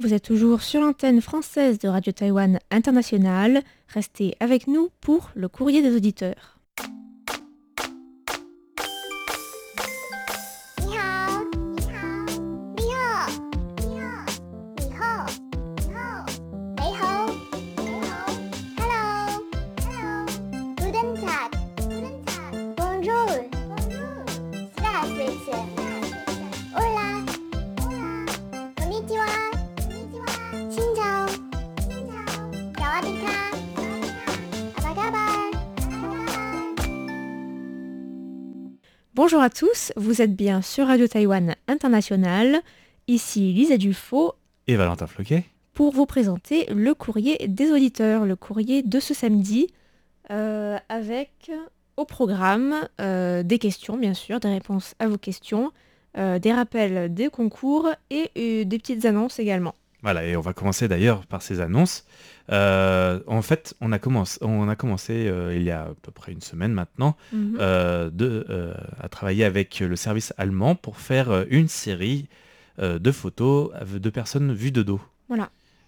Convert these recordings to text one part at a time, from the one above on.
Vous êtes toujours sur l'antenne française de Radio Taïwan International. Restez avec nous pour le courrier des auditeurs. 你好，你好，你好，你好，你好，你好，你好，你好，Hello, Hello, Guten Tag, Guten Tag, Bonjour, Bonjour, Здравствуйте, Hola, Hola, Konnichiwa, Konnichiwa, Xin chào, Xin chào, Sawadika, Apa kabar, Bonjour à tous, vous êtes bien sur Radio Taïwan International. Ici Lisa Dufaux Et Valentin Floquet. pour vous présenter le courrier des auditeurs, le courrier de ce samedi, avec au programme des questions bien sûr, des réponses à vos questions, des rappels des concours et des petites annonces également. Voilà, et on va commencer d'ailleurs par ces annonces. En fait, on a commencé il y a à peu près une semaine maintenant à travailler avec le service allemand pour faire une série de photos de personnes vues de dos. Voilà.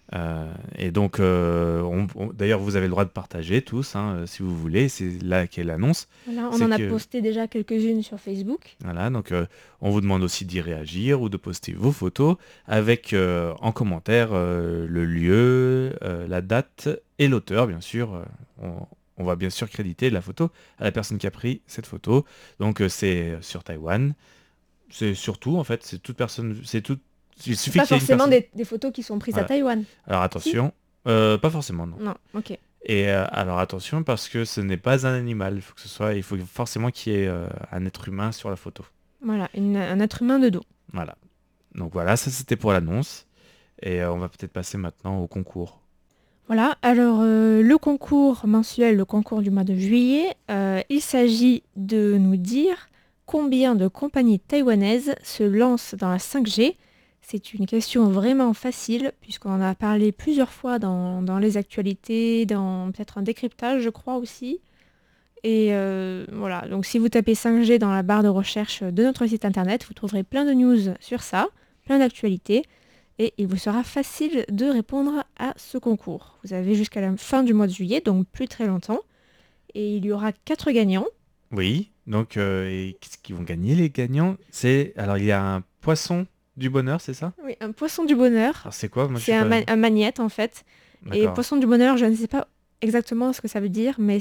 Et donc, d'ailleurs, vous avez le droit de partager tous, si vous voulez. C'est là qu'est l'annonce. Voilà, on C'est en a que- posté déjà quelques-unes sur Facebook. Voilà, donc on vous demande aussi d'y réagir ou de poster vos photos avec en commentaire le lieu, la date et l'auteur, bien sûr. On va bien sûr créditer la photo à la personne qui a pris cette photo. Donc c'est sur Taïwan. C'est surtout, en fait, c'est toute personne, c'est tout. Il suffit Pas qu'il y ait une forcément personne. des photos qui sont prises Voilà. à Taïwan. Alors attention, pas forcément, non. Non, ok. Et alors attention parce que ce n'est pas un animal. Il faut forcément qu'il y ait un être humain sur la photo. Voilà, un être humain de dos. Voilà. Donc voilà, ça c'était pour l'annonce. Et on va peut-être passer maintenant au concours. Voilà, alors le concours mensuel, le concours du mois de juillet, il s'agit de nous dire combien de compagnies taïwanaises se lancent dans la 5G. C'est une question vraiment facile, puisqu'on en a parlé plusieurs fois dans les actualités, dans peut-être un décryptage, je crois aussi. Et voilà, donc si vous tapez 5G dans la barre de recherche de notre site internet, vous trouverez plein de news sur ça, plein d'actualités, et il vous sera facile de répondre à ce concours. Vous avez jusqu'à la fin du mois de juillet, donc plus très longtemps, et il y aura 4 gagnants. Oui, donc et qu'est-ce qu'ils vont gagner les gagnants? Alors il y a un poisson du bonheur, c'est ça? Oui, un poisson du bonheur, Alors c'est quoi? Moi, je c'est sais pas. un magnète en fait, et D'accord. poisson du bonheur, je ne sais pas exactement ce que ça veut dire, mais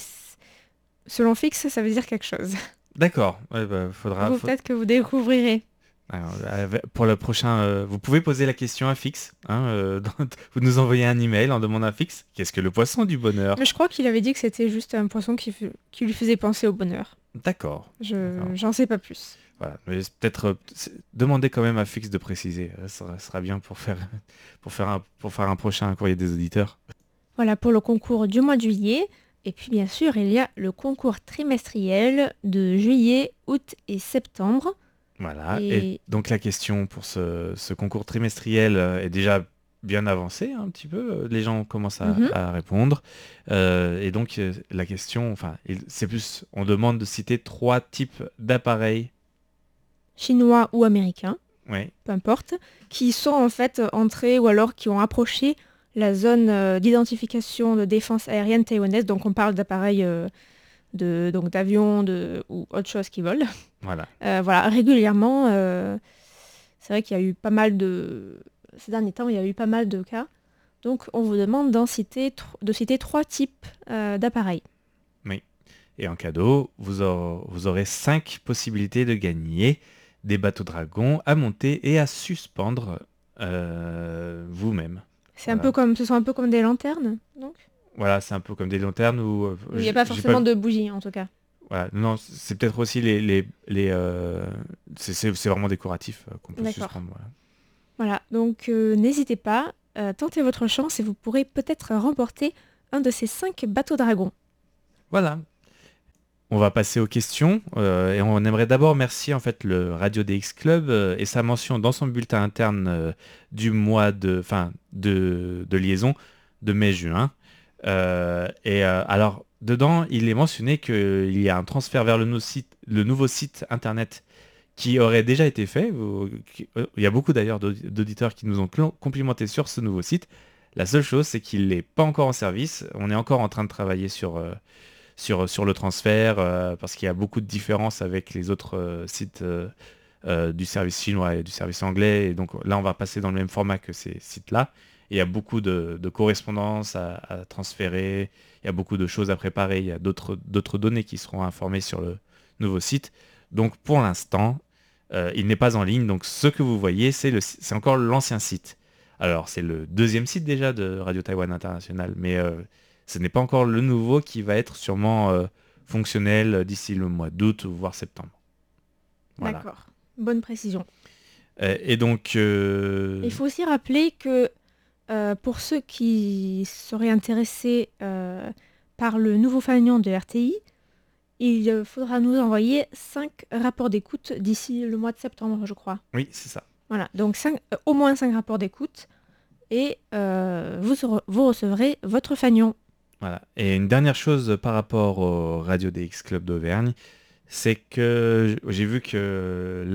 selon Fix, ça veut dire quelque chose. D'accord. Ouais, bah, Vous, peut-être que vous découvrirez. Alors, pour le prochain, vous pouvez poser la question à Fix. Vous nous envoyez un email en demandant à Fix qu'est-ce que le poisson du bonheur? Mais je crois qu'il avait dit que c'était juste un poisson qui lui faisait penser au bonheur. D'accord. D'accord. J'en sais pas plus. Voilà. Mais peut-être demander quand même à Fix de préciser. Ça sera bien pour faire un prochain courrier des auditeurs. Voilà pour le concours du mois de juillet. Et puis bien sûr, il y a le concours trimestriel de juillet, août et septembre. Voilà. Et- Et donc la question pour ce concours trimestriel est déjà bien avancée un petit peu. Les gens commencent à répondre. Et donc la question, c'est plus, on demande de citer 3 types d'appareils. Chinois ou américains, Ouais. peu importe, qui sont en fait entrés ou alors qui ont approché la zone d'identification de défense aérienne taïwanaise. Donc on parle d'appareils donc d'avions ou autre chose qui volent. Voilà. Voilà, régulièrement, c'est vrai qu'il y a eu pas mal ces derniers temps, il y a eu pas mal de cas. Donc on vous demande de citer 3 types d'appareils. Et en cadeau, vous aurez 5 possibilités de gagner des bateaux dragons à monter et à suspendre vous-même. Ce Voilà. sont un peu comme des lanternes, donc Voilà, c'est un peu comme des lanternes où il n'y a pas forcément de bougies en tout cas. Voilà, non, c'est peut-être aussi c'est vraiment décoratif qu'on peut D'accord. suspendre. Voilà. Voilà, donc n'hésitez pas, tentez votre chance et vous pourrez peut-être remporter un de ces 5 bateaux dragons. Voilà. On va passer aux questions et on aimerait d'abord remercier en fait le Radio DX Club et sa mention dans son bulletin interne du mois de liaison de mai-juin. Alors dedans, il est mentionné qu'il y a un transfert vers le nouveau site internet qui aurait déjà été fait. Il y a beaucoup d'ailleurs d'auditeurs qui nous ont complimenté sur ce nouveau site. La seule chose, c'est qu'il n'est pas encore en service. On est encore en train de travailler sur le transfert parce qu'il y a beaucoup de différences avec les autres sites du service chinois et du service anglais. Et donc là, on va passer dans le même format que ces sites-là. Et il y a beaucoup de correspondances à transférer. Il y a beaucoup de choses à préparer. Il y a d'autres données qui seront informées sur le nouveau site. Donc pour l'instant, il n'est pas en ligne. Donc ce que vous voyez, c'est encore l'ancien site. Alors c'est le deuxième site déjà de Radio Taïwan International, mais ce n'est pas encore le nouveau qui va être sûrement fonctionnel d'ici le mois d'août, voire septembre. Voilà. D'accord, bonne précision. Et donc... Il faut aussi rappeler que pour ceux qui seraient intéressés par le nouveau fanion de RTI, il faudra nous envoyer 5 rapports d'écoute d'ici le mois de septembre, je crois. Oui, c'est ça. Voilà, donc au moins 5 rapports d'écoute et vous recevrez votre fanion. Voilà. Et une dernière chose par rapport au Radio DX Club d'Auvergne, c'est que j'ai vu que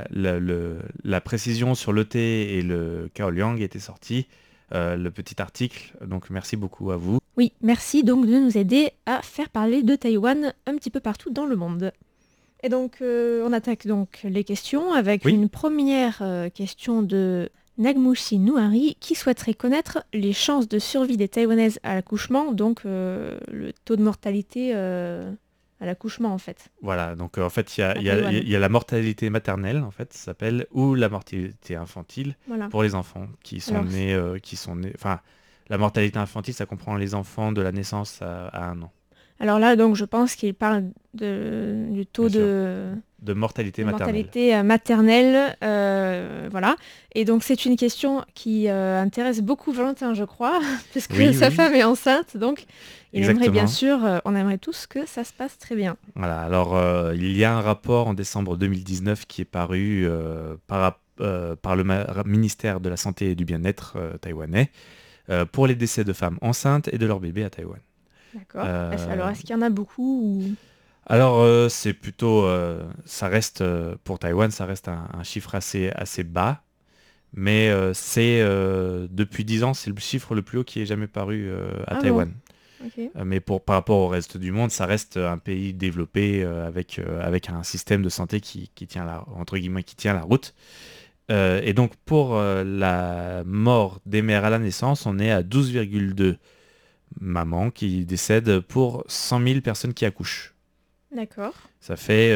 la précision sur le thé et le Kaoliang était sortie, le petit article, donc merci beaucoup à vous. Oui, merci donc de nous aider à faire parler de Taïwan un petit peu partout dans le monde. Et donc on attaque donc les questions avec une première question de Nagmushi Nouari qui souhaiterait connaître les chances de survie des Taïwanaises à l'accouchement, donc le taux de mortalité à l'accouchement en fait. Voilà, donc en fait il y a la mortalité maternelle en fait, ça s'appelle, ou la mortalité infantile pour les enfants qui sont nés, enfin la mortalité infantile ça comprend les enfants de la naissance à 1 an. Alors là donc je pense qu'il parle du taux de mortalité maternelle, voilà. Et donc c'est une question qui intéresse beaucoup Valentin, je crois, parce que sa femme est enceinte, donc aimerait bien sûr, on aimerait tous que ça se passe très bien. Voilà, alors il y a un rapport en décembre 2019 qui est paru par le ministère de la Santé et du Bien-être taïwanais pour les décès de femmes enceintes et de leurs bébés à Taïwan. D'accord. Alors est-ce qu'il y en a beaucoup ou... Alors c'est plutôt, ça reste pour Taïwan, ça reste un chiffre assez bas, mais c'est depuis 10 ans, c'est le chiffre le plus haut qui ait jamais paru à Taïwan. Bon. Okay. Mais par rapport au reste du monde, ça reste un pays développé avec un système de santé qui tient la route. Et donc pour la mort des mères à la naissance, on est à 12,2 mamans qui décèdent pour 100 000 personnes qui accouchent. D'accord. Ça fait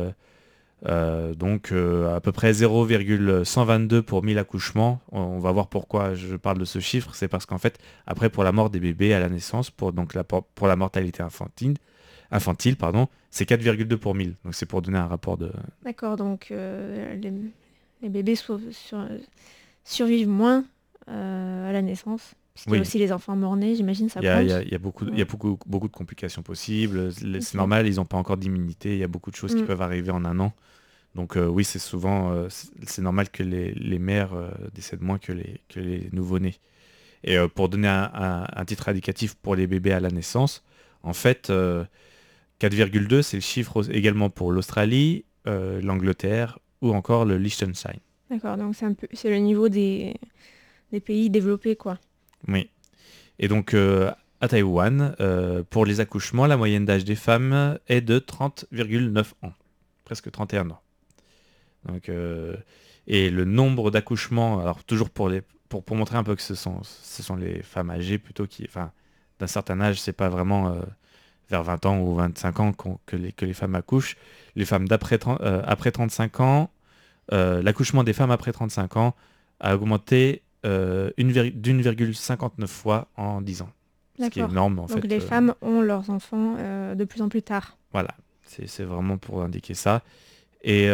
donc à peu près 0,122 pour 1000 accouchements. On va voir pourquoi je parle de ce chiffre. C'est parce qu'en fait, après pour la mort des bébés à la naissance, pour la mortalité infantile, c'est 4,2 pour 1000. Donc c'est pour donner un rapport de... D'accord, donc les bébés survivent moins à la naissance. Parce qu'il y a aussi les enfants morts-nés, j'imagine, ça compte. Il y a beaucoup de complications possibles. C'est normal, ils n'ont pas encore d'immunité. Il y a beaucoup de choses qui peuvent arriver en 1 an. Donc oui, c'est souvent, c'est normal que les mères décèdent moins que les nouveau-nés. Et pour donner un titre indicatif pour les bébés à la naissance, en fait, 4,2, c'est le chiffre également pour l'Australie, l'Angleterre ou encore le Liechtenstein. D'accord, donc c'est le niveau des pays développés, quoi. Oui. Et donc, à Taïwan, pour les accouchements, la moyenne d'âge des femmes est de 30,9 ans. Presque 31 ans. Donc, et le nombre d'accouchements, alors toujours pour montrer un peu que ce sont les femmes âgées plutôt enfin, d'un certain âge, c'est pas vraiment vers 20 ans ou 25 ans que les femmes accouchent. Les femmes après 35 ans, l'accouchement des femmes après 35 ans a augmenté d'1,59 fois en 10 ans. Ce qui est énorme en fait. Donc les femmes ont leurs enfants de plus en plus tard. Voilà, c'est vraiment pour indiquer ça. Et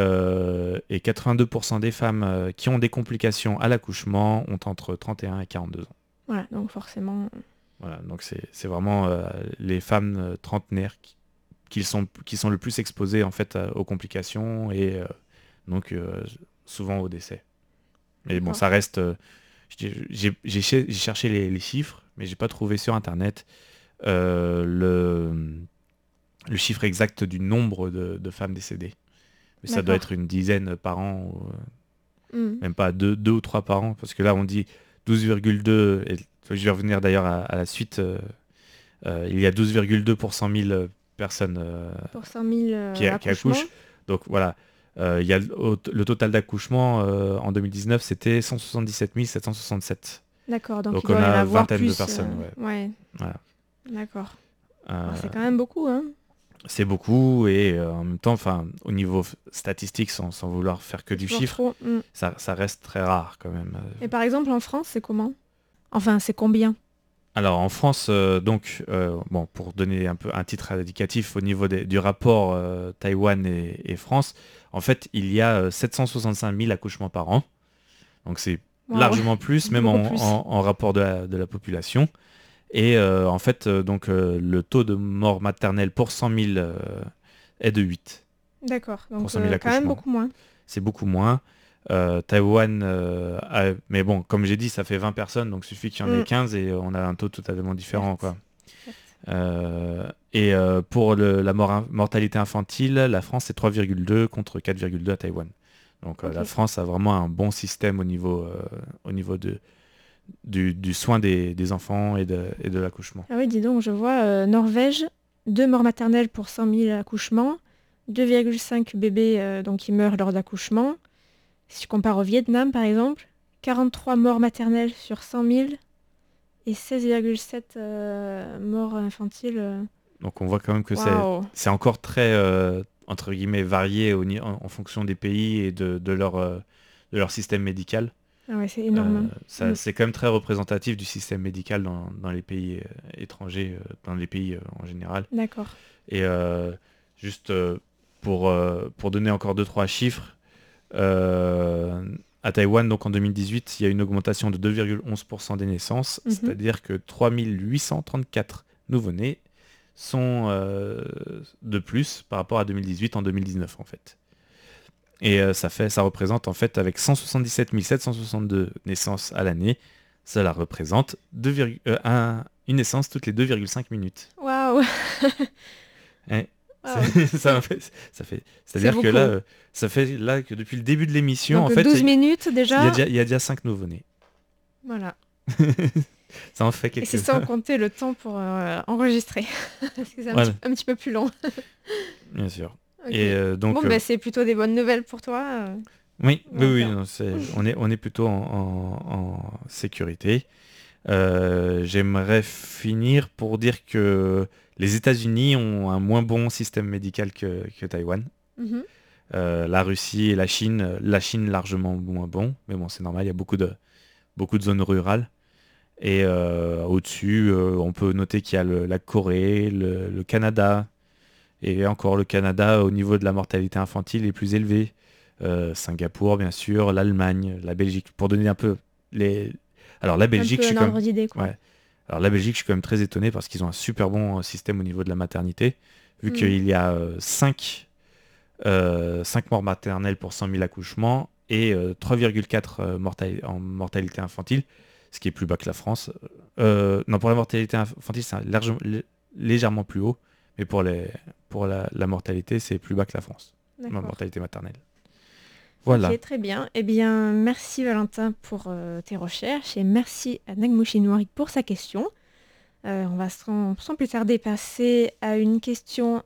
82% des femmes qui ont des complications à l'accouchement ont entre 31 et 42 ans. Voilà, donc forcément... Voilà, donc c'est vraiment les femmes trentenaires qui sont le plus exposées en fait aux complications et donc souvent au décès. Mais bon, ça reste... j'ai cherché les chiffres, mais j'ai pas trouvé sur internet le chiffre exact du nombre de femmes décédées. Mais ça doit D'accord. être une dizaine par an, ou, Hmm. même pas deux ou trois par an, parce que là on dit 12,2, et je vais revenir d'ailleurs à la suite, il y a 12,2 pour 100 000 personnes Pour 100 000 qui accouchements. accouchent. Donc voilà, il y a le total d'accouchements en 2019, c'était 177 767. D'accord, donc il Donc on doit y en a avoir vingtaine de plus. personnes, ouais. Ouais, Voilà. d'accord. Euh, Alors, c'est quand même beaucoup, hein. c'est beaucoup et en même temps, enfin, au niveau statistique, sans vouloir faire que C'est du toujours chiffre, trop. ça reste très rare quand même. Et par exemple, en France, c'est comment? Enfin, c'est combien? Alors en France, bon, pour donner un peu un titre indicatif au niveau du rapport Taïwan et France, en fait, il y a 765 000 accouchements par an. Donc c'est Waouh, largement plus, même beaucoup plus. en rapport de la population. Et en fait, le taux de mort maternelle pour 100 000 est de 8 D'accord, pour donc 100 000 quand même accouchements. beaucoup moins. C'est beaucoup moins. Taïwan, mais bon, comme j'ai dit, ça fait 20 personnes, donc il suffit qu'il y en ait Mm. 15 et on a un taux totalement différent, Certes, quoi. certes. Et pour la mortalité infantile, la France c'est 3,2 contre 4,2 à Taïwan. Donc Ok. la France a vraiment un bon système au niveau du soin des enfants et de l'accouchement. Ah oui, dis donc, je vois Norvège, 2 morts maternelles pour 100 000 accouchements, 2,5 bébés donc, qui meurent lors d'accouchement. Si tu compares au Vietnam, par exemple, 43 morts maternelles sur 100 000 et 16,7 morts infantiles. Donc on voit quand même que Waouh! c'est encore très, entre guillemets, varié en fonction des pays et de leur système médical. Ah ouais, c'est énorme. Mm. C'est quand même très représentatif du système médical dans les pays étrangers, dans les pays en général. D'accord. Et juste pour donner encore deux trois chiffres, à Taïwan, donc en 2018, il y a une augmentation de 2,11% des naissances, Mhm. c'est-à-dire que 3834 nouveau-nés sont de plus par rapport à 2018 en 2019 en fait. Et ça représente en fait avec 177 762 naissances à l'année, cela représente une naissance toutes les 2,5 minutes. Waouh! Ouais. Waouh! C'est C'est-à-dire que beaucoup. là, ça fait là que depuis le début de l'émission, en Donc fait, 12 minutes il déjà. y a déjà 5 nouveau-nés. Voilà. Ça en fait Et c'est quelques. sans compter le temps pour enregistrer. Parce que c'est Voilà, un petit peu plus long. bien sûr. Ok. Et Bon, donc, bah, c'est plutôt des bonnes nouvelles pour toi. oui, oui, Donc, oui, non, on est plutôt en sécurité. J'aimerais finir pour dire que les États-Unis ont un moins bon système médical que Taïwan. mhm. La Russie et la Chine largement moins bon, mais bon, c'est normal, il y a beaucoup de zones rurales. Et au-dessus, on peut noter qu'il y a la Corée, le Canada, et encore le Canada au niveau de la mortalité infantile est plus élevé. Singapour, bien sûr, l'Allemagne, la Belgique. Pour donner un peu les... Alors la Un Belgique, je peu suis un quand ordre même... d'idée, quoi. Ouais. Alors la Belgique, je suis quand même très étonné parce qu'ils ont un super bon système au niveau de la maternité, vu Mm. qu'il y a 5 morts maternelles pour 100 000 accouchements et 3,4 en mortalité infantile, ce qui est plus bas que la France. Non, pour la mortalité infantile, c'est légèrement plus haut, mais pour la mortalité, c'est plus bas que la France. La D'accord. mortalité maternelle. Voilà. Ok, très bien. Eh bien, merci Valentin pour tes recherches et merci à Nagmouchi Noirik pour sa question. On va sans plus tarder passer à une question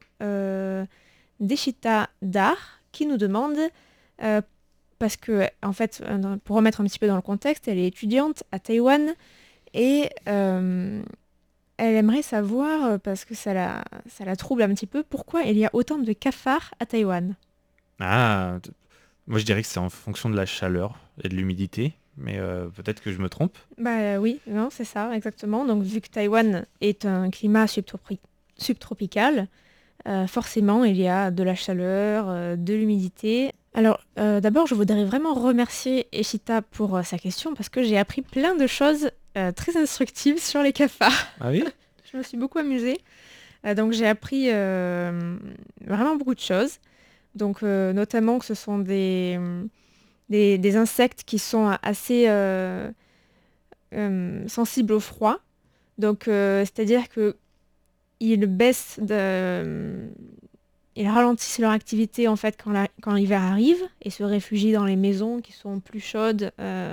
d'Eshita Dar qui nous demande, parce que en fait, pour remettre un petit peu dans le contexte, elle est étudiante à Taïwan et elle aimerait savoir, parce que ça la trouble un petit peu, pourquoi il y a autant de cafards à Taïwan. Ah, moi je dirais que c'est en fonction de la chaleur et de l'humidité, mais peut-être que je me trompe. Bah oui, non, c'est ça, exactement. Donc vu que Taïwan est un climat subtropical, forcément il y a de la chaleur, de l'humidité. Alors d'abord je voudrais vraiment remercier Eshita pour sa question parce que j'ai appris plein de choses très instructives sur les cafards. Ah oui? Je me suis beaucoup amusée. Donc j'ai appris vraiment beaucoup de choses. Donc notamment que ce sont des insectes qui sont assez sensibles au froid. Donc c'est-à-dire que ils baissent ils ralentissent leur activité en fait quand l'hiver arrive et se réfugient dans les maisons qui sont plus chaudes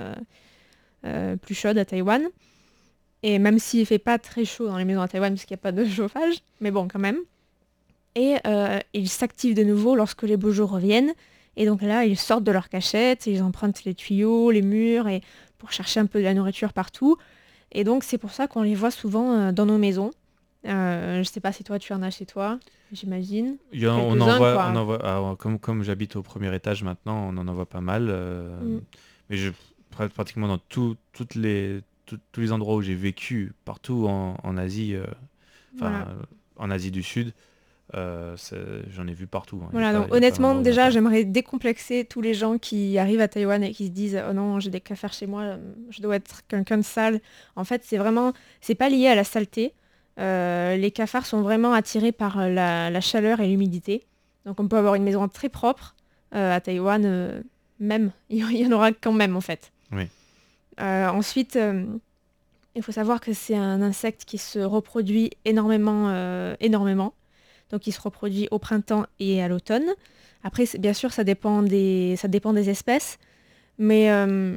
à Taïwan. Et même s'il ne fait pas très chaud dans les maisons à Taïwan parce qu'il n'y a pas de chauffage, mais bon quand même. Et ils s'activent de nouveau lorsque les beaux jours reviennent. Et donc là, ils sortent de leur cachette, ils empruntent les tuyaux, les murs, et pour chercher un peu de la nourriture partout. Et donc c'est pour ça qu'on les voit souvent dans nos maisons. Je sais pas si toi tu en as chez toi, j'imagine. On en Quelques-uns, voit, quoi. comme j'habite au premier étage maintenant, on en voit pas mal. Mm. Mais pratiquement dans tous les endroits où j'ai vécu, partout en Asie, Voilà. en Asie du Sud, j'en ai vu partout, hein. Voilà, Il y a donc pas honnêtement, d'endroit où il y en a déjà, pas. j'aimerais décomplexer tous les gens qui arrivent à Taïwan et qui se disent oh non, j'ai des cafards chez moi, je dois être quelqu'un de sale. En fait, c'est pas lié à la saleté. Les cafards sont vraiment attirés par la chaleur et l'humidité. Donc on peut avoir une maison très propre. À Taïwan, même, il y en aura quand même en fait. Oui. Ensuite, il faut savoir que c'est un insecte qui se reproduit énormément. Donc il se reproduit au printemps et à l'automne. Après, bien sûr, ça dépend des espèces. Mais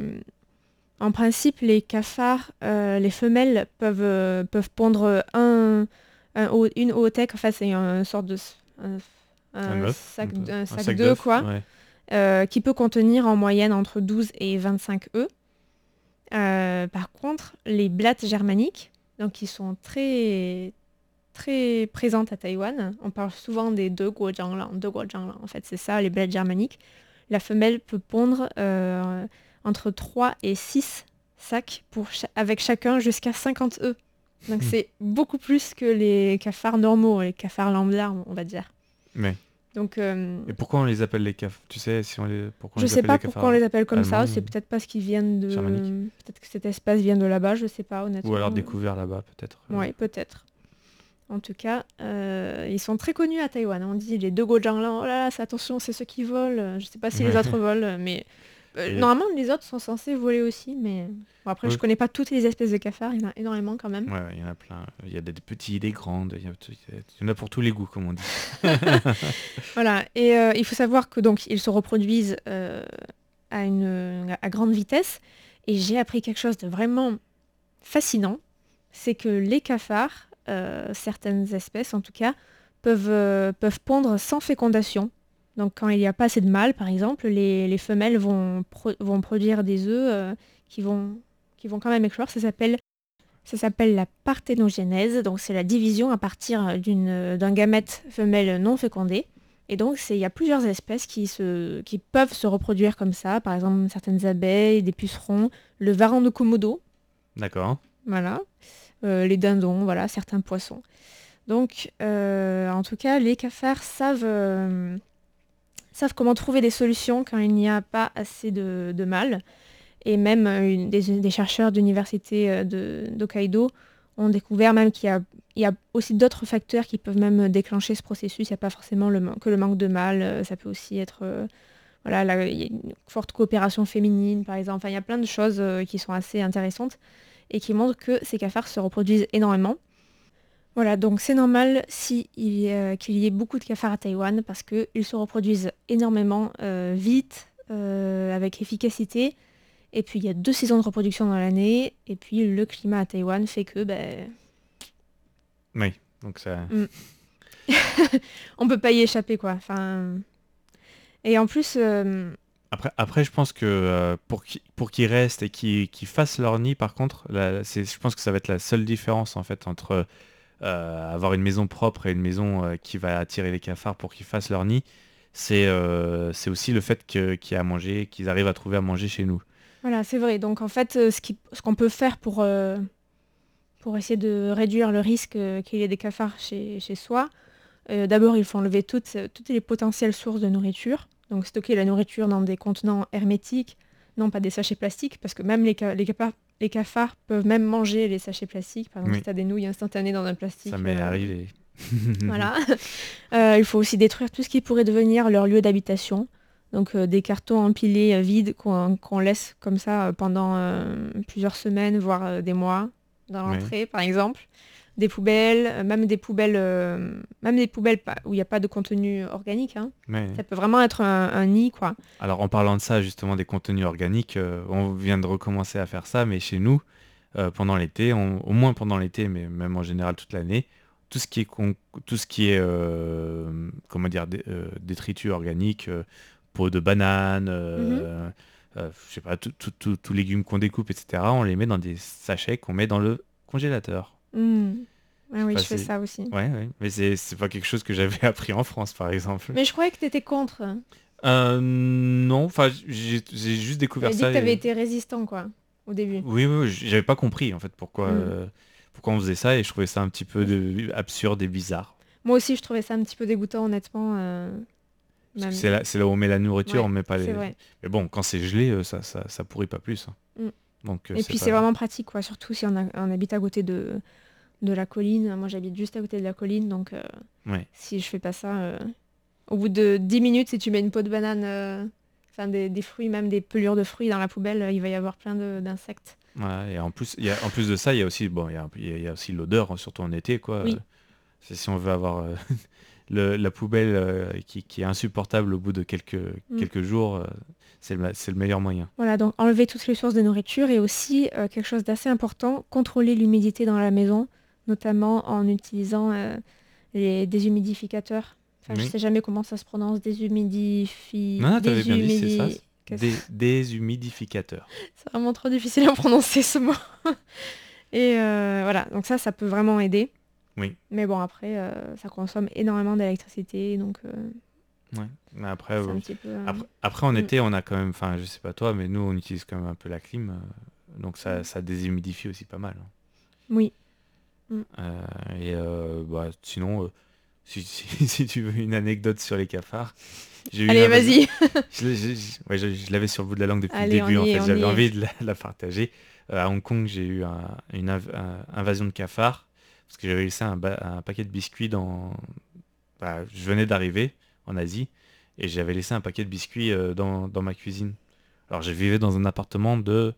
en principe, les cafards, les femelles peuvent pondre une oothèque. En fait, c'est une sorte de un, Un œuf, un un sac sac d'œufs, d'œufs, quoi, ouais. qui peut contenir en moyenne entre 12 et 25 œufs. Par contre, les blattes germaniques, donc qui sont très très présentes à Taïwan, on parle souvent des deux guozhanglan. En fait, c'est ça, les blattes germaniques. La femelle peut pondre entre 3 et 6 sacs avec chacun jusqu'à 50 œufs. Donc c'est beaucoup plus que les cafards normaux, les cafards lambda, on va dire. Mais. Donc, Et pourquoi on les appelle les cafards? Tu sais pourquoi on je les sais appelle pas les pourquoi on cafards les appelle comme ça. allemands C'est ou peut-être parce qu'ils viennent de... germaniques? Peut-être que cette espèce vient de là-bas, je sais pas honnêtement. Ou alors découvert là-bas, peut-être. Oui, peut-être. En tout cas, ils sont très connus à Taïwan. On dit les deux gojanglans, oh là là, attention, c'est ceux qui volent. Je sais pas si les autres volent, mais Et- normalement les autres sont censés voler aussi. Mais bon, après, Oui. je connais pas toutes les espèces de cafards. Il y en a énormément quand même. Ouais, il y en a plein. Il y a des petits, des grandes. Il y en a pour tous les goûts, comme on dit. Voilà. Et il faut savoir que donc ils se reproduisent à grande vitesse. Et j'ai appris quelque chose de vraiment fascinant, c'est que les cafards, certaines espèces en tout cas, peuvent pondre sans fécondation. Donc quand il n'y a pas assez de mâles, par exemple, les femelles vont produire des œufs qui vont quand même éclore. Ça s'appelle la parthénogénèse, donc c'est la division à partir d'un gamète femelle non fécondé. Et donc il y a plusieurs espèces qui peuvent se reproduire comme ça, par exemple certaines abeilles, des pucerons, le varan de Komodo, D'accord. voilà, les dindons, voilà, certains poissons. Donc, en tout cas, les cafards savent comment trouver des solutions quand il n'y a pas assez de mâles. Et même des chercheurs d'université d'Hokkaido ont découvert même il y a aussi d'autres facteurs qui peuvent même déclencher ce processus. Il n'y a pas forcément que le manque de mâles, ça peut aussi être... voilà, il y a une forte coopération féminine, par exemple. Enfin, il y a plein de choses qui sont assez intéressantes et qui montrent que ces cafards se reproduisent énormément. Voilà, donc c'est normal qu'il y ait beaucoup de cafards à Taïwan parce qu'ils se reproduisent énormément, vite, avec efficacité. Et puis il y a 2 saisons de reproduction dans l'année. Et puis le climat à Taïwan fait que Oui, donc ça... on peut pas y échapper, quoi. Enfin... Et en plus... Après, je pense que pour qu'ils restent et qu'ils fassent leur nid, par contre, je pense que ça va être la seule différence en fait entre avoir une maison propre et une maison qui va attirer les cafards pour qu'ils fassent leur nid. C'est aussi le fait qu'il y ait à manger, qu'ils arrivent à trouver à manger chez nous. Voilà, c'est vrai. Donc en fait, ce qu'on peut faire pour essayer de réduire le risque qu'il y ait des cafards chez soi, d'abord il faut enlever toutes les potentielles sources de nourriture. Donc stocker la nourriture dans des contenants hermétiques, non pas des sachets plastiques, parce que même les cafards peuvent même manger les sachets plastiques. Par exemple, Oui. si tu as des nouilles instantanées dans un plastique. Ça m'est arrivé. Voilà. Il faut aussi détruire tout ce qui pourrait devenir leur lieu d'habitation. Donc des cartons empilés vides qu'on laisse comme ça pendant plusieurs semaines, voire des mois, dans l'entrée par exemple. des poubelles, même des poubelles où il n'y a pas de contenu organique. Hein. Mais... Ça peut vraiment être un nid, quoi. Alors en parlant de ça, justement des contenus organiques, on vient de recommencer à faire ça, mais chez nous, pendant l'été, au moins pendant l'été, mais même en général toute l'année, tout ce qui est comment dire, détritus organiques, peau de banane, je sais pas, tous légumes qu'on découpe, etc., on les met dans des sachets qu'on met dans le congélateur. Mm. Ah oui, Enfin, je fais ça aussi. Ouais, ouais, mais c'est pas quelque chose que j'avais appris en France, par exemple. Mais je croyais que tu étais contre. Non, enfin, j'ai juste Tu découvert avais dit ça. que tu avais été résistant, quoi, au début. Oui, oui, oui, j'avais pas compris en fait pourquoi, Mm. pourquoi on faisait ça et je trouvais ça un petit peu absurde et bizarre. Moi aussi, je trouvais ça un petit peu dégoûtant, honnêtement. Parce que Même. c'est là où on met la nourriture, Ouais, on met pas c'est les. vrai. Mais bon, quand c'est gelé, ça pourrit pas plus, hein. Mm. Donc Et c'est puis pas. c'est vraiment pratique, quoi, surtout si on habite à côté de la colline. Moi, j'habite juste à côté de la colline, donc Ouais. si je fais pas ça, au bout de 10 minutes, si tu mets une peau de banane, enfin des fruits, même des pelures de fruits dans la poubelle, il va y avoir plein d'insectes. Ouais, et en plus, en plus de ça, il y a aussi, bon, il y a aussi l'odeur, hein, surtout en été, quoi. Oui. Si on veut avoir la poubelle qui est insupportable au bout de quelques jours, c'est le meilleur moyen. Voilà, donc enlever toutes les sources de nourriture et aussi quelque chose d'assez important, contrôler l'humidité dans la maison, notamment en utilisant les déshumidificateurs. Enfin, je Oui. sais jamais comment ça se prononce, Non, t'avais bien dit, c'est ça. Qu'est-ce- Déshumidificateur. C'est vraiment trop difficile à prononcer ce mot. Et voilà, donc ça peut vraiment aider. Oui. Mais bon, après, ça consomme énormément d'électricité, donc Ouais. Mais après, c'est un petit peu... après en Mm. été, on a quand même, enfin, je sais pas toi, mais nous, on utilise quand même un peu la clim, donc ça déshumidifie aussi pas mal, hein. Oui. Et bah, sinon, si tu veux une anecdote sur les cafards, j'ai eu Allez, une invasion- vas-y. Ouais, je l'avais sur le bout de la langue depuis Allez, le début, on en y est, fait, on j'avais y est. envie de la partager. À Hong Kong, j'ai eu une invasion de cafards, parce que j'avais laissé un paquet de biscuits je venais d'arriver en Asie, et j'avais laissé un paquet de biscuits dans ma cuisine. Alors, je vivais dans un appartement de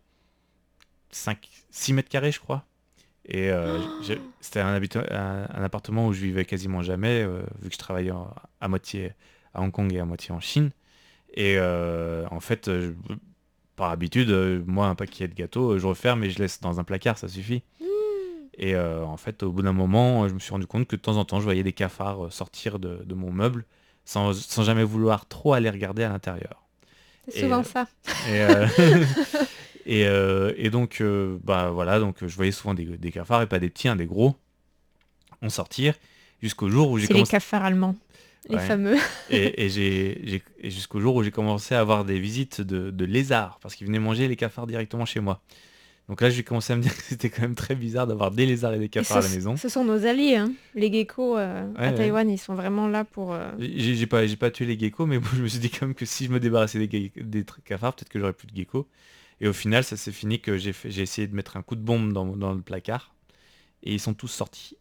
6 mètres carrés, je crois. Et c'était un appartement où je vivais quasiment jamais, vu que je travaillais à moitié à Hong Kong et à moitié en Chine. Et en fait, par habitude, moi, un paquet de gâteaux, je referme et je laisse dans un placard, ça suffit. Et en fait, au bout d'un moment, je me suis rendu compte que de temps en temps, je voyais des cafards sortir de mon meuble sans jamais vouloir trop aller regarder à l'intérieur. C'est souvent ça. Et, et donc, bah voilà, donc je voyais souvent des cafards et pas des petits, hein, des gros, en sortir jusqu'au jour où j'ai C'est les commencé. cafards allemands, les Ouais. fameux. Et jusqu'au jour où j'ai commencé à avoir des visites de lézards parce qu'ils venaient manger les cafards directement chez moi. Donc là, j'ai commencé à me dire que c'était quand même très bizarre d'avoir des lézards et des Et cafards à la maison. ce sont nos alliés, hein. Les geckos à Ouais. Taïwan, ils sont vraiment là pour... J'ai pas tué les geckos, mais bon, je me suis dit quand même que si je me débarrassais des cafards, peut-être que j'aurais plus de geckos. Et au final, ça s'est fini que j'ai essayé de mettre un coup de bombe dans le placard. Et ils sont tous sortis.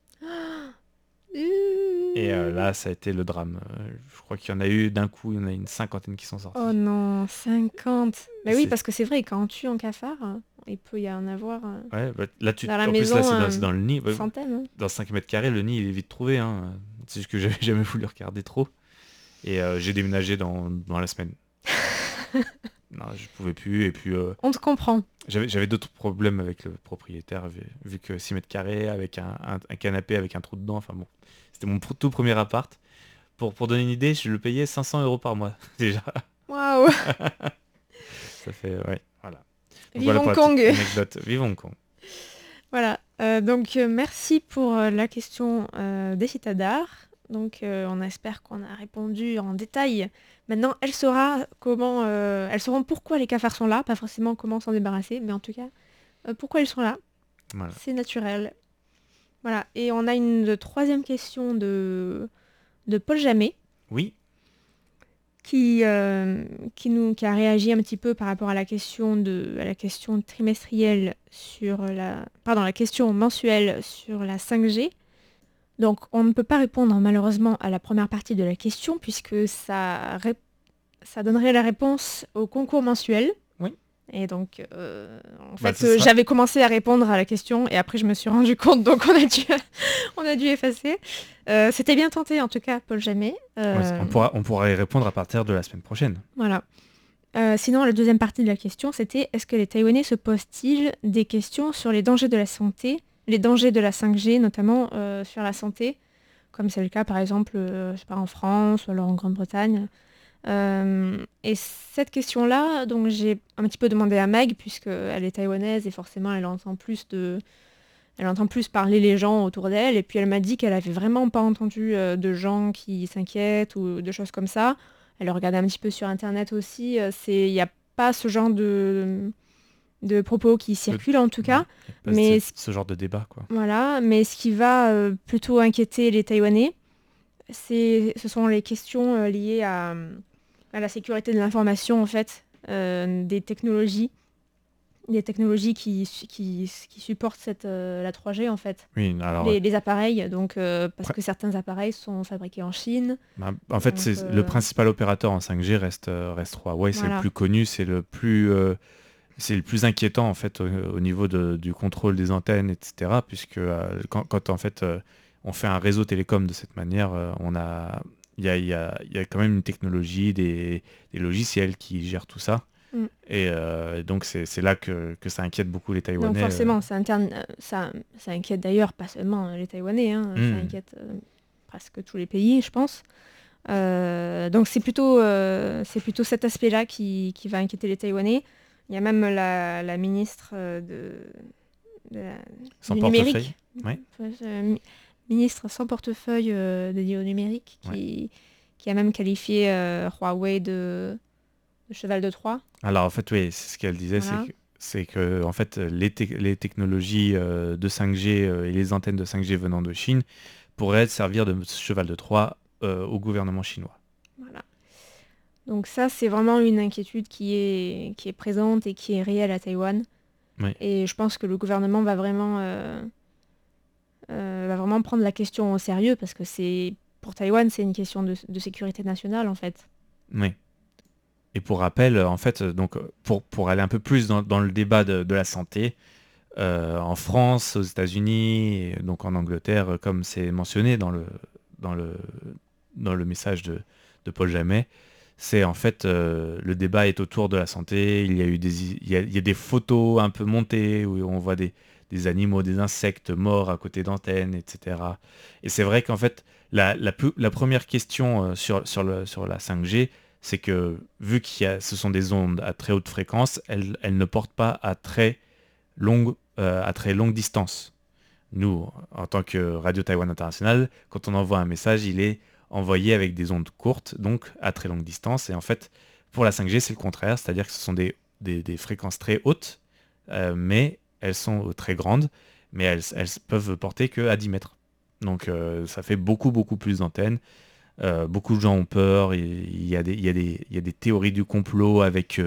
Et là, ça a été le drame. Je crois qu'il y en a eu d'un coup, il y en a une cinquantaine qui sont sortis. Oh non, 50. Mais oui, C'est- parce que c'est vrai, quand on tue un cafard, il peut y en avoir Ouais, bah, là, dans la en plus, maison là, c'est dans le nid. Ouais, centaines. Hein. dans 5 mètres carrés, le nid, il est vite trouvé, hein. C'est juste que j'avais jamais voulu regarder trop. Et j'ai déménagé dans la semaine. Non, je pouvais plus. Et puis, On te comprend. j'avais d'autres problèmes avec le propriétaire, vu que 6 mètres carrés, avec un canapé avec un trou dedans. Enfin bon, c'était mon tout premier appart. Pour donner une idée, je le payais 500 € par mois, déjà. Waouh. Ça fait, ouais, voilà. Donc Vive voilà Hong pour la petite Kong. anecdote. Vive Hong Kong. Voilà. Donc merci pour la question des citadars. Donc on espère qu'on a répondu en détail. Maintenant, elle saura comment, elles sauront pourquoi les cafards sont là, pas forcément comment s'en débarrasser, mais en tout cas pourquoi ils sont là. Voilà. C'est naturel. Voilà. Et on a une troisième question de Paul Jamet Oui, qui a réagi un petit peu par rapport à la question trimestrielle la question mensuelle sur la 5G. Donc on ne peut pas répondre malheureusement à la première partie de la question puisque ça donnerait la réponse au concours mensuel. Oui. Et donc, en Bah, fait, ce sera- j'avais commencé à répondre à la question et après je me suis rendu compte, donc on a dû effacer. C'était bien tenté en tout cas, Paul Jamais. Ouais, on pourra y répondre à partir de la semaine prochaine. Voilà. Sinon, la deuxième partie de la question, c'était est-ce que les Taïwanais se posent-ils des questions sur les dangers de la santé, les dangers de la 5G, notamment sur la santé, comme c'est le cas par exemple, je sais pas, en France ou alors en Grande-Bretagne. Et cette question-là, donc j'ai un petit peu demandé à Meg, puisqu'elle est taïwanaise et forcément elle entend plus parler les gens autour d'elle, et puis elle m'a dit qu'elle avait vraiment pas entendu de gens qui s'inquiètent ou de choses comme ça. Elle a regardé un petit peu sur internet aussi, il n'y a pas ce genre de propos qui circulent en tout cas, Il y a pas mais ce genre de débat, quoi. voilà, mais ce qui va plutôt inquiéter les Taïwanais, ce sont les questions liées à la sécurité de l'information en fait, des technologies qui supportent la 3G en fait. Oui, alors, Les appareils, donc parce Pre- que certains appareils sont fabriqués en Chine. bah, en fait, Donc, le principal opérateur en 5G reste Huawei, c'est le Voilà. plus connu, c'est le c'est le plus inquiétant en fait au niveau du contrôle des antennes, etc. Puisque quand en fait on fait un réseau télécom de cette manière, il y a quand même une technologie, des logiciels qui gèrent tout ça. Mm. Et donc c'est là que ça inquiète beaucoup les Taïwanais. Donc forcément, ça inquiète d'ailleurs pas seulement les Taïwanais, hein, ça inquiète presque tous les pays, je pense. Donc c'est plutôt cet aspect-là qui va inquiéter les Taïwanais. Il y a même la ministre Sans du portefeuille. numérique, Ouais. ministre sans portefeuille dédié au numérique, qui a même qualifié Huawei de cheval de Troie. Alors en fait, oui, c'est ce qu'elle disait, Voilà. c'est que en fait, les technologies de 5G et les antennes de 5G venant de Chine pourraient servir de cheval de Troie au gouvernement chinois. Voilà. Donc ça, c'est vraiment une inquiétude qui est présente et qui est réelle à Taïwan. Oui. Et je pense que le gouvernement va vraiment prendre la question au sérieux parce que pour Taïwan, c'est une question de sécurité nationale en fait. Oui. Et pour rappel, en fait, donc pour aller un peu plus dans le débat de la santé, en France, aux États-Unis, et donc en Angleterre, comme c'est mentionné dans le message de Paul Jamais, c'est en fait le débat est autour de la santé. Il y a des photos un peu montées où on voit des animaux, des insectes morts à côté d'antennes, etc. Et c'est vrai qu'en fait, la première question sur la 5G, c'est que vu ce sont des ondes à très haute fréquence, elles ne portent pas à très longue distance. Nous, en tant que Radio Taïwan International, quand on envoie un message, il est envoyé avec des ondes courtes, donc à très longue distance. Et en fait, pour la 5G, c'est le contraire, c'est-à-dire que ce sont des fréquences très hautes, mais elles sont très grandes, mais elles peuvent porter que à 10 mètres. Donc ça fait beaucoup, beaucoup plus d'antennes. Beaucoup de gens ont peur. Il y a des théories du complot avec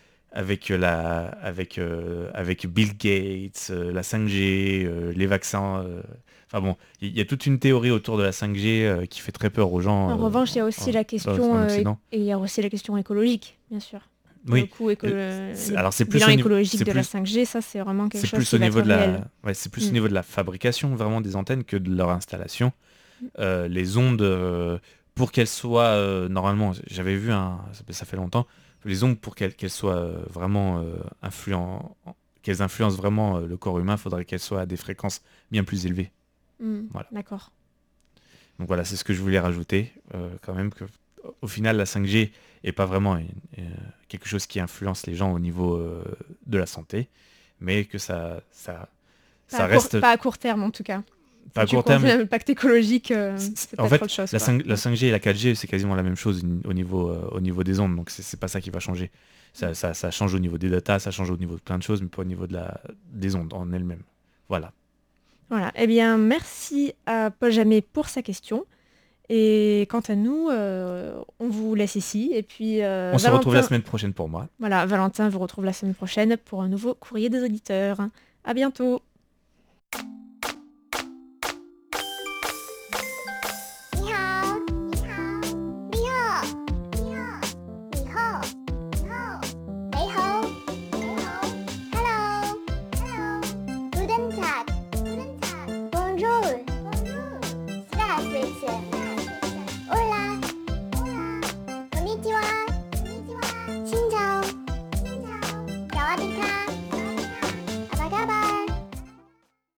Bill Gates, la 5G, les vaccins. Enfin bon, il y a toute une théorie autour de la 5G qui fait très peur aux gens. En revanche, il y a aussi la question en Occident. et il y a aussi la question écologique, bien sûr. Oui. Le coût Alors c'est plus bilan au niveau- écologique c'est de la plus- 5G, ça c'est vraiment quelque C'est chose plus qui au va niveau être de réel. c'est plus au niveau de la fabrication vraiment des antennes que de leur installation. Les ondes, pour qu'elles soient normalement, j'avais vu ça fait longtemps, les ondes pour qu'elles soient vraiment qu'elles influencent vraiment le corps humain, il faudrait qu'elles soient à des fréquences bien plus élevées. Voilà. D'accord. Donc voilà, c'est ce que je voulais rajouter quand même que au final la 5G est pas vraiment quelque chose qui influence les gens au niveau de la santé, mais que ça reste Pas à court terme en tout cas. pas à Si tu court terme. considères l'impact écologique, c'est En pas fait, trop de choses. la quoi. 5G et la 4G, c'est quasiment la même chose au niveau des ondes, donc c'est pas ça qui va changer. Ça change au niveau des datas, ça change au niveau de plein de choses, mais pas au niveau des ondes en elles-mêmes. Voilà. Voilà. Eh bien, merci à Paul Jamais pour sa question. Et quant à nous, on vous laisse ici. Et puis, On se retrouve la semaine prochaine pour moi. Voilà, Valentin vous retrouve la semaine prochaine pour un nouveau courrier des auditeurs. À bientôt. 你好，你好，你好，你好，你好，你好，你好，你好， 谢谢。